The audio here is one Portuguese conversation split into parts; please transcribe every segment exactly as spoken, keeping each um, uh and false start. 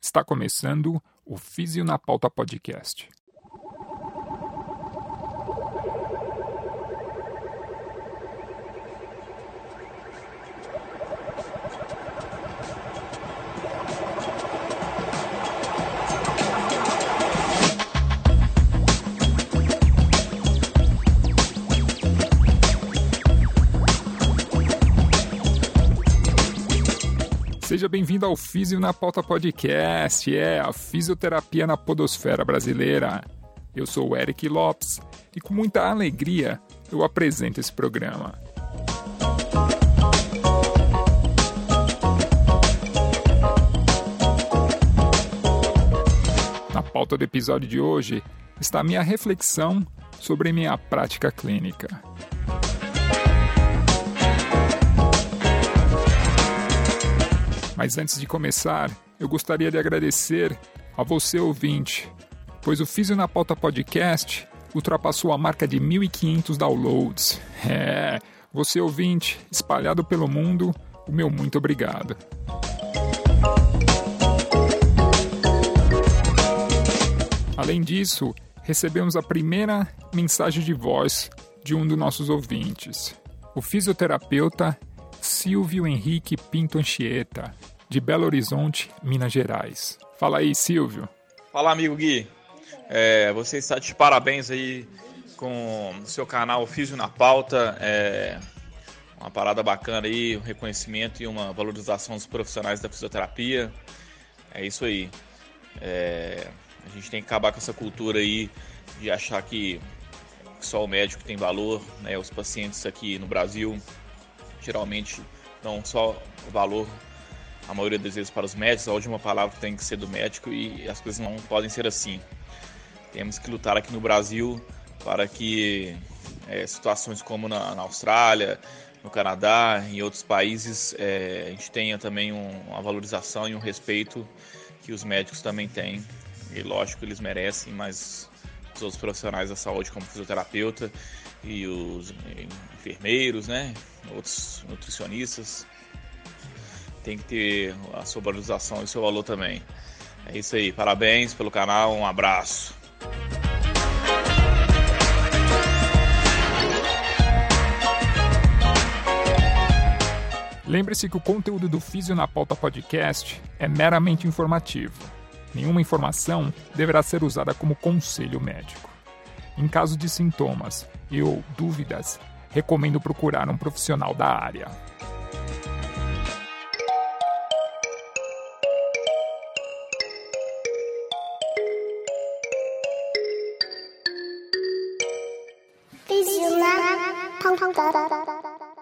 Está começando o Físio na Pauta Podcast. Seja bem-vindo ao Físio na Pauta Podcast, é a fisioterapia na podosfera brasileira. Eu sou o Eric Lopes e com muita alegria eu apresento esse programa. Na pauta do episódio de hoje está a minha reflexão sobre minha prática clínica. Mas antes de começar, eu gostaria de agradecer a você ouvinte, pois o Físio na Pauta Podcast ultrapassou a marca de mil e quinhentos downloads. É, você ouvinte, espalhado pelo mundo, o meu muito obrigado. Além disso, recebemos a primeira mensagem de voz de um dos nossos ouvintes, o fisioterapeuta Silvio Henrique Pinto Anchieta, de Belo Horizonte, Minas Gerais. Fala aí, Silvio. Fala, amigo Gui. É, você está de parabéns aí com o seu canal Físio na Pauta. É uma parada bacana aí, um reconhecimento e uma valorização dos profissionais da fisioterapia. É isso aí. É, a gente tem que acabar com essa cultura aí de achar que só o médico tem valor, né? Os pacientes aqui no Brasil geralmente dão só o valor, a maioria das vezes, para os médicos. A última palavra tem que ser do médico e as coisas não podem ser assim. Temos que lutar aqui no Brasil para que é, situações como na, na Austrália, no Canadá e em outros países, é, a gente tenha também um, uma valorização e um respeito que os médicos também têm. E lógico, eles merecem, mas os outros profissionais da saúde, como fisioterapeuta e os enfermeiros, né, outros nutricionistas, tem que ter a sua valorização e o seu valor também. É isso aí, parabéns pelo canal, um abraço. Lembre-se que o conteúdo do Físio na Pauta Podcast é meramente informativo. Nenhuma informação deverá ser usada como conselho médico. Em caso de sintomas e ou dúvidas, recomendo procurar um profissional da área. Físio na Pauta.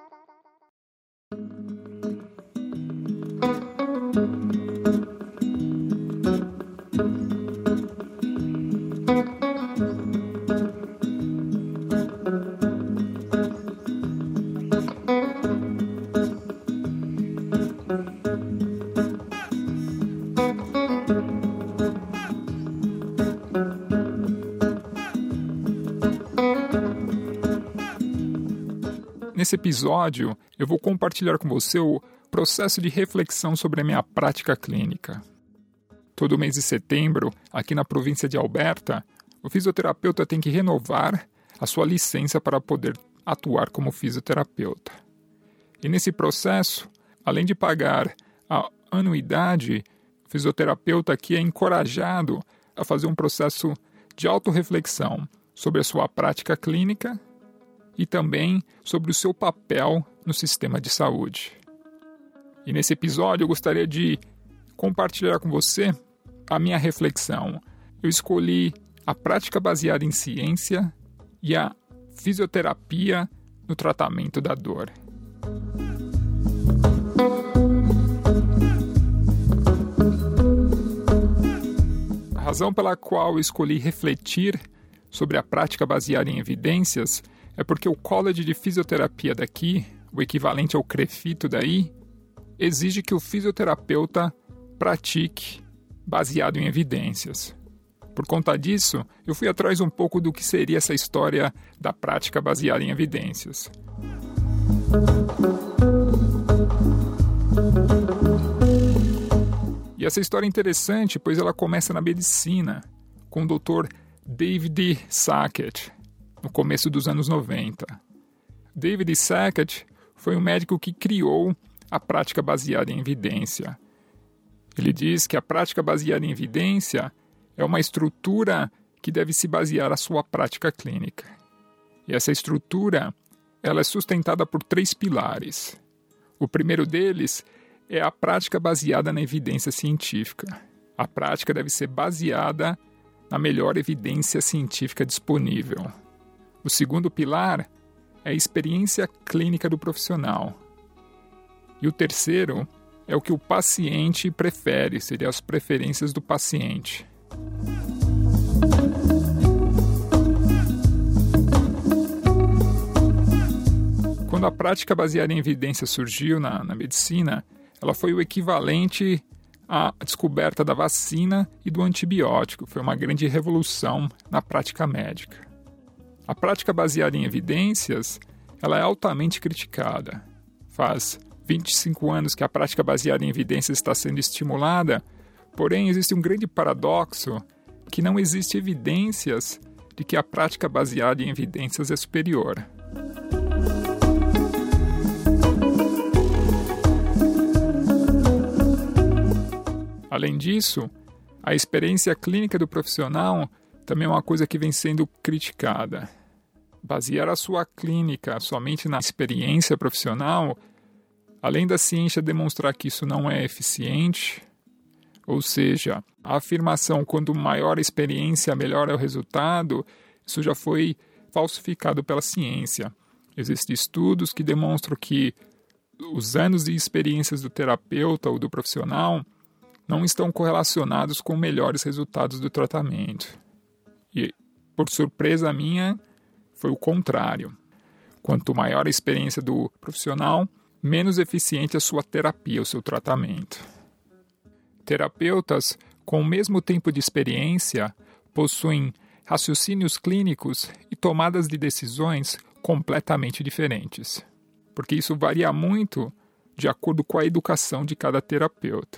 Nesse episódio, eu vou compartilhar com você o processo de reflexão sobre a minha prática clínica. Todo mês de setembro, aqui na província de Alberta, o fisioterapeuta tem que renovar a sua licença para poder atuar como fisioterapeuta. E nesse processo, além de pagar a anuidade, o fisioterapeuta aqui é encorajado a fazer um processo de autorreflexão sobre a sua prática clínica e também sobre o seu papel no sistema de saúde. E nesse episódio eu gostaria de compartilhar com você a minha reflexão. Eu escolhi a prática baseada em ciência e a fisioterapia no tratamento da dor. A razão pela qual eu escolhi refletir sobre a prática baseada em evidências é porque o College de Fisioterapia daqui, o equivalente ao CREFITO daí, exige que o fisioterapeuta pratique baseado em evidências. Por conta disso, eu fui atrás um pouco do que seria essa história da prática baseada em evidências. E E essa história é interessante, pois ela começa na medicina, com o doutor David Sackett, no começo dos anos noventa. David Sackett foi um médico que criou a prática baseada em evidência. Ele diz que a prática baseada em evidência é uma estrutura que deve se basear a sua prática clínica. E essa estrutura, ela é sustentada por três pilares. O primeiro deles é a prática baseada na evidência científica. A prática deve ser baseada na melhor evidência científica disponível. O segundo pilar é a experiência clínica do profissional. E o terceiro é o que o paciente prefere, seriam as preferências do paciente. Quando a prática baseada em evidência surgiu na, na medicina, ela foi o equivalente à descoberta da vacina e do antibiótico. Foi uma grande revolução na prática médica. A prática baseada em evidências, ela é altamente criticada. Faz vinte e cinco anos que a prática baseada em evidências está sendo estimulada, porém existe um grande paradoxo que não existe evidências de que a prática baseada em evidências é superior. Além disso, a experiência clínica do profissional também é uma coisa que vem sendo criticada. Basear a sua clínica somente na experiência profissional, além da ciência demonstrar que isso não é eficiente, ou seja, a afirmação quanto maior a experiência, melhor é o resultado, isso já foi falsificado pela ciência. Existem estudos que demonstram que os anos de experiências do terapeuta ou do profissional não estão correlacionados com melhores resultados do tratamento. E, por surpresa minha, foi o contrário. Quanto maior a experiência do profissional, menos eficiente a sua terapia, o seu tratamento. Terapeutas com o mesmo tempo de experiência possuem raciocínios clínicos e tomadas de decisões completamente diferentes, porque isso varia muito de acordo com a educação de cada terapeuta.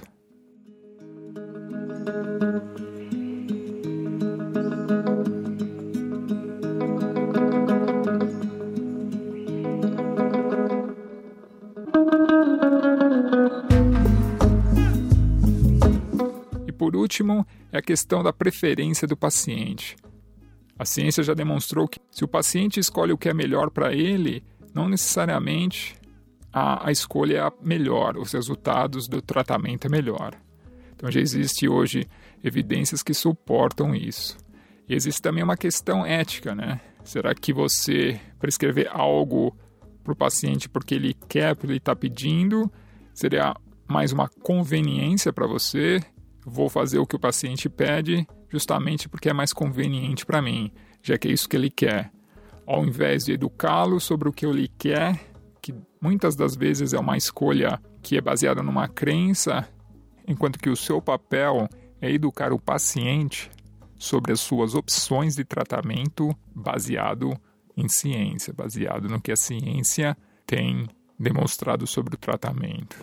Por último, é a questão da preferência do paciente. A ciência já demonstrou que se o paciente escolhe o que é melhor para ele, não necessariamente a, a escolha é a melhor, os resultados do tratamento é melhor. Então já existe hoje evidências que suportam isso. E existe também uma questão ética, né? Será que você prescrever algo para o paciente porque ele quer, porque ele está pedindo, seria mais uma conveniência para você? Vou fazer o que o paciente pede justamente porque é mais conveniente para mim, já que é isso que ele quer. Ao invés de educá-lo sobre o que ele quer, que muitas das vezes é uma escolha que é baseada numa crença, enquanto que o seu papel é educar o paciente sobre as suas opções de tratamento baseado em ciência, baseado no que a ciência tem demonstrado sobre o tratamento.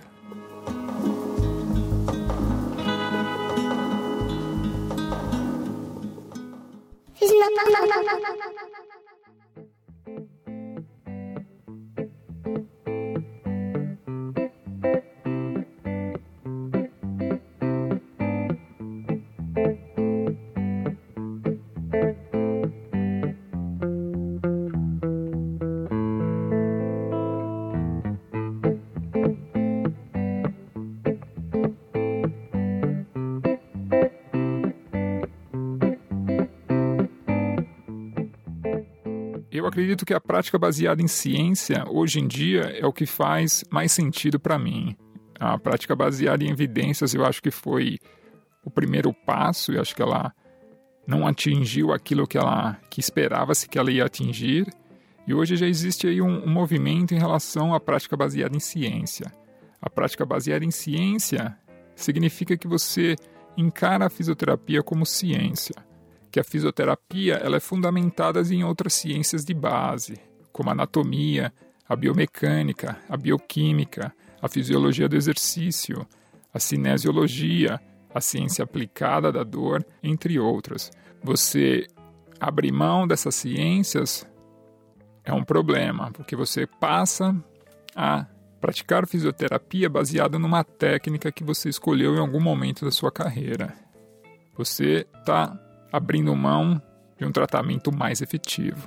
Eu acredito que a prática baseada em ciência, hoje em dia, é o que faz mais sentido para mim. A prática baseada em evidências, eu acho que foi o primeiro passo, e acho que ela não atingiu aquilo que, ela, que esperava-se que ela ia atingir. E hoje já existe aí um, um movimento em relação à prática baseada em ciência. A prática baseada em ciência significa que você encara a fisioterapia como ciência. Que a fisioterapia ela é fundamentada em outras ciências de base, como a anatomia, a biomecânica, a bioquímica, a fisiologia do exercício, a cinesiologia a ciência aplicada da dor, entre outras. Você abrir mão dessas ciências é um problema, porque você passa a praticar fisioterapia baseada numa técnica que você escolheu em algum momento da sua carreira. Você está abrindo mão de um tratamento mais efetivo.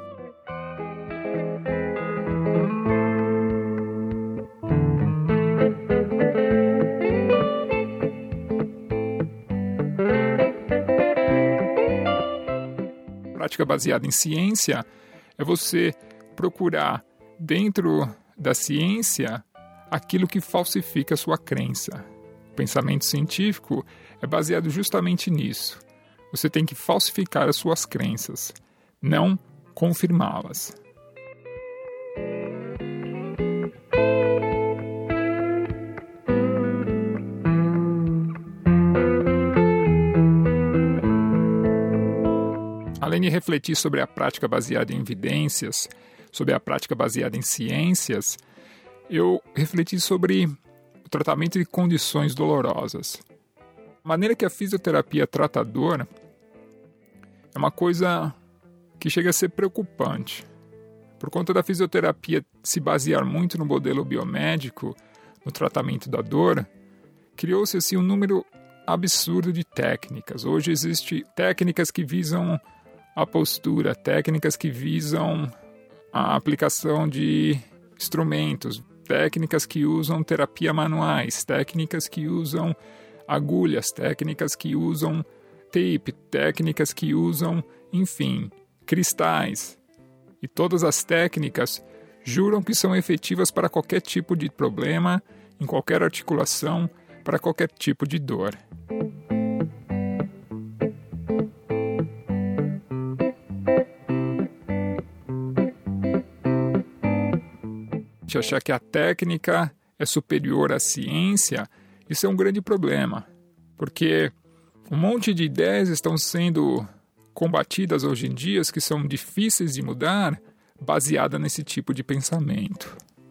Prática baseada em ciência é você procurar dentro da ciência aquilo que falsifica a sua crença. O pensamento científico é baseado justamente nisso. Você tem que falsificar as suas crenças, não confirmá-las. Além de refletir sobre a prática baseada em evidências, sobre a prática baseada em ciências, eu refleti sobre o tratamento de condições dolorosas. A maneira que a fisioterapia trata a dor é uma coisa que chega a ser preocupante. Por conta da fisioterapia se basear muito no modelo biomédico, no tratamento da dor, criou-se assim um número absurdo de técnicas. Hoje existem técnicas que visam a postura, técnicas que visam a aplicação de instrumentos, técnicas que usam terapia manuais, técnicas que usam agulhas, técnicas que usam tape, técnicas que usam, enfim, cristais. E todas as técnicas juram que são efetivas para qualquer tipo de problema, em qualquer articulação, para qualquer tipo de dor. De achar que a técnica é superior à ciência, isso é um grande problema, porque um monte de ideias estão sendo combatidas hoje em dia que são difíceis de mudar, baseada nesse tipo de pensamento.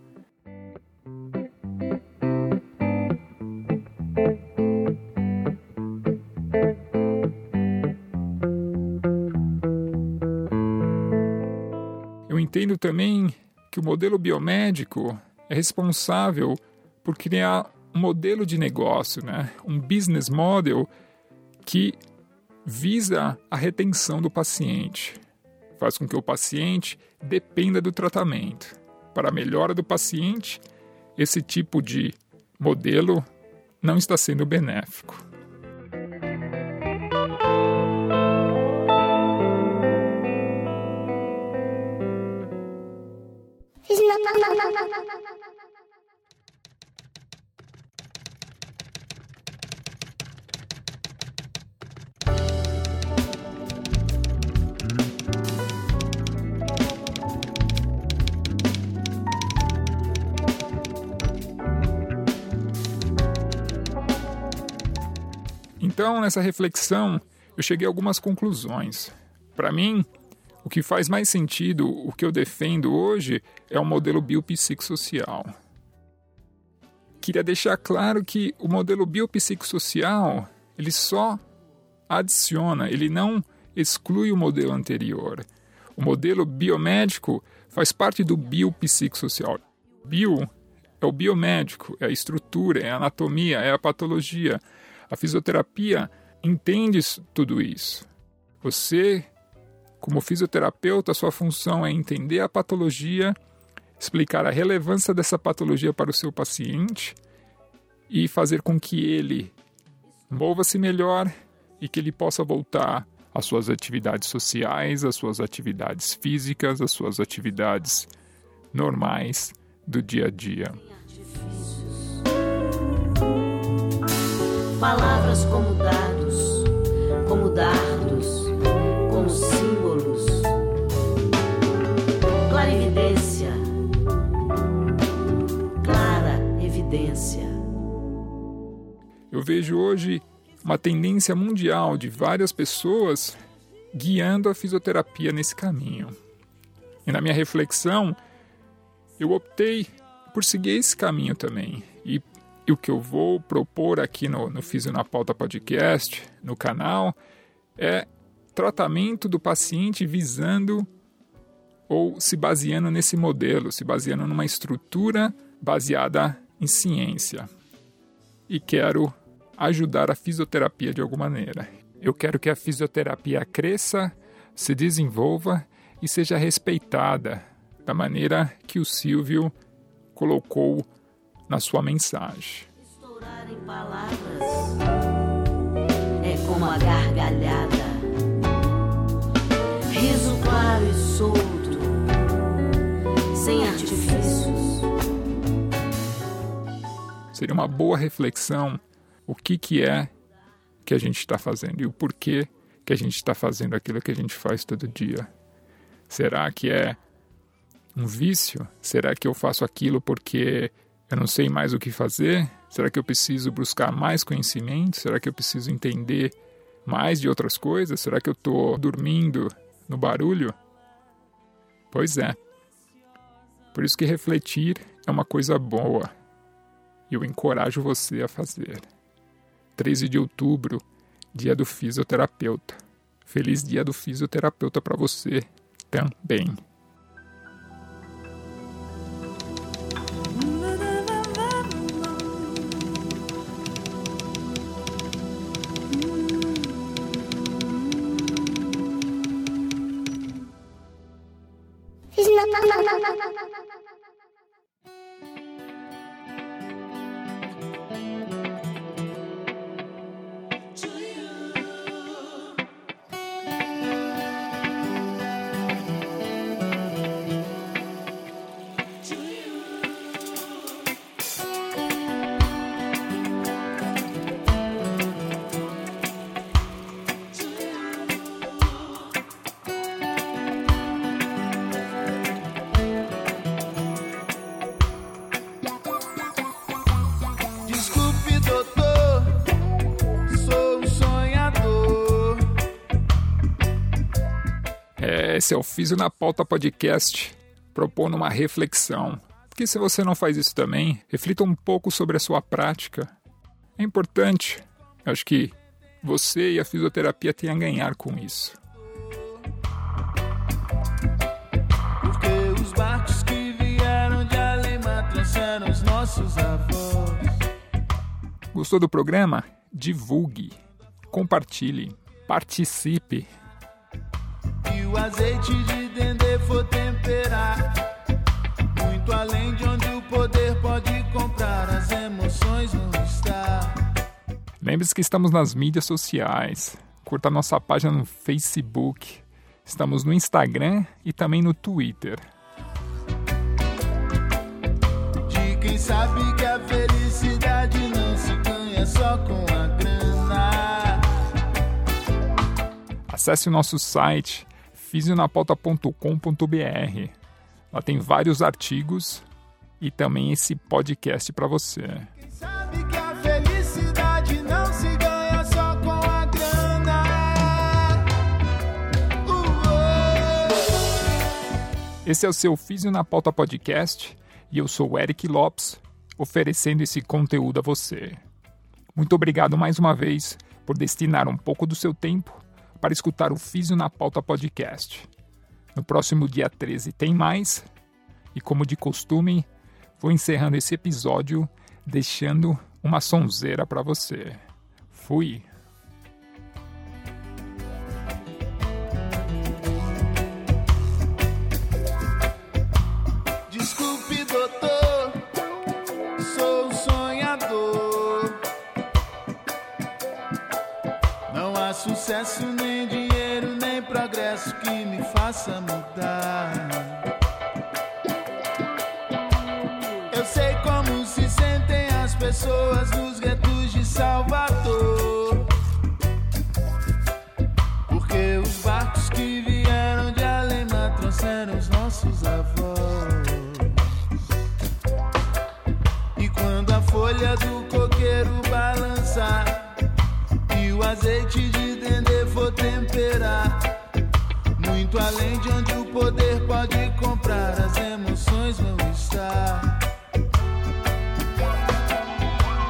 Eu entendo também que o modelo biomédico é responsável por criar um modelo de negócio, né? Um business model que visa a retenção do paciente, faz com que o paciente dependa do tratamento. Para a melhora do paciente, esse tipo de modelo não está sendo benéfico. Então, nessa reflexão, eu cheguei a algumas conclusões. Para mim, o que faz mais sentido, o que eu defendo hoje, é o modelo biopsicossocial. Queria deixar claro que o modelo biopsicossocial, ele só adiciona, ele não exclui o modelo anterior. O modelo biomédico faz parte do biopsicossocial. Bio é o biomédico, é a estrutura, é a anatomia, é a patologia. A fisioterapia entende tudo isso. Você, como fisioterapeuta, a sua função é entender a patologia, explicar a relevância dessa patologia para o seu paciente e fazer com que ele mova-se melhor e que ele possa voltar às suas atividades sociais, às suas atividades físicas, às suas atividades normais do dia a dia. Palavras como dados, como dardos, como símbolos, clarividência, clara evidência. Eu vejo hoje uma tendência mundial de várias pessoas guiando a fisioterapia nesse caminho. E na minha reflexão, eu optei por seguir esse caminho também. E E o que eu vou propor aqui no, no Físio na Pauta Podcast, no canal, é tratamento do paciente visando ou se baseando nesse modelo, se baseando numa estrutura baseada em ciência. E quero ajudar a fisioterapia de alguma maneira. Eu quero que a fisioterapia cresça, se desenvolva e seja respeitada da maneira que o Silvio colocou na sua mensagem. Estourar em palavras é como a gargalhada, riso claro e solto, sem artifícios. Seria uma boa reflexão o que, que é que a gente está fazendo e o porquê que a gente está fazendo aquilo que a gente faz todo dia. Será que é um vício? Será que eu faço aquilo porque eu não sei mais o que fazer? Será que eu preciso buscar mais conhecimento? Será que eu preciso entender mais de outras coisas? Será que eu estou dormindo no barulho? Pois é. Por isso que refletir é uma coisa boa. E eu encorajo você a fazer. treze de outubro, dia do fisioterapeuta. Feliz dia do fisioterapeuta para você também. Esse é o Físio na Pauta Podcast, propondo uma reflexão. Porque se você não faz isso também, reflita um pouco sobre a sua prática. É importante. Eu acho que você e a fisioterapia têm a ganhar com isso. Porque os barcos que vieram de Alema trouxeram os nossos avós. Gostou do programa? Divulgue, compartilhe, participe. E o azeite de dendê for temperar muito além de onde o poder pode comprar, as emoções vão estar. Lembre-se que estamos nas mídias sociais. Curta nossa página no Facebook. Estamos no Instagram e também no Twitter. De quem sabe que a felicidade não se ganha só com a grana. Acesse o nosso site fisionapauta ponto com ponto b r. Lá tem vários artigos e também esse podcast para você. Quem sabe que a felicidade não se ganha só com a grana. Uou. Esse é o seu Físio na Pauta Podcast e eu sou o Eric Lopes, oferecendo esse conteúdo a você. Muito obrigado mais uma vez por destinar um pouco do seu tempo para escutar o Físio na Pauta Podcast. No próximo dia treze tem mais, e como de costume, vou encerrando esse episódio deixando uma sonzeira para você. Fui! Desculpe, doutor, sou sonhador. Não há sucesso, nem dinheiro, nem progresso que me faça mudar. Eu sei como se sentem as pessoas nos guetos de Salvador. Porque os barcos que vieram de Alema trouxeram os nossos avós. E quando a folha do coqueiro balançar e o azeite de dendê for temperar, muito além de onde o poder pode comprar, as emoções vão estar.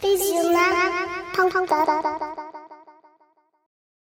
Fiz na ponta.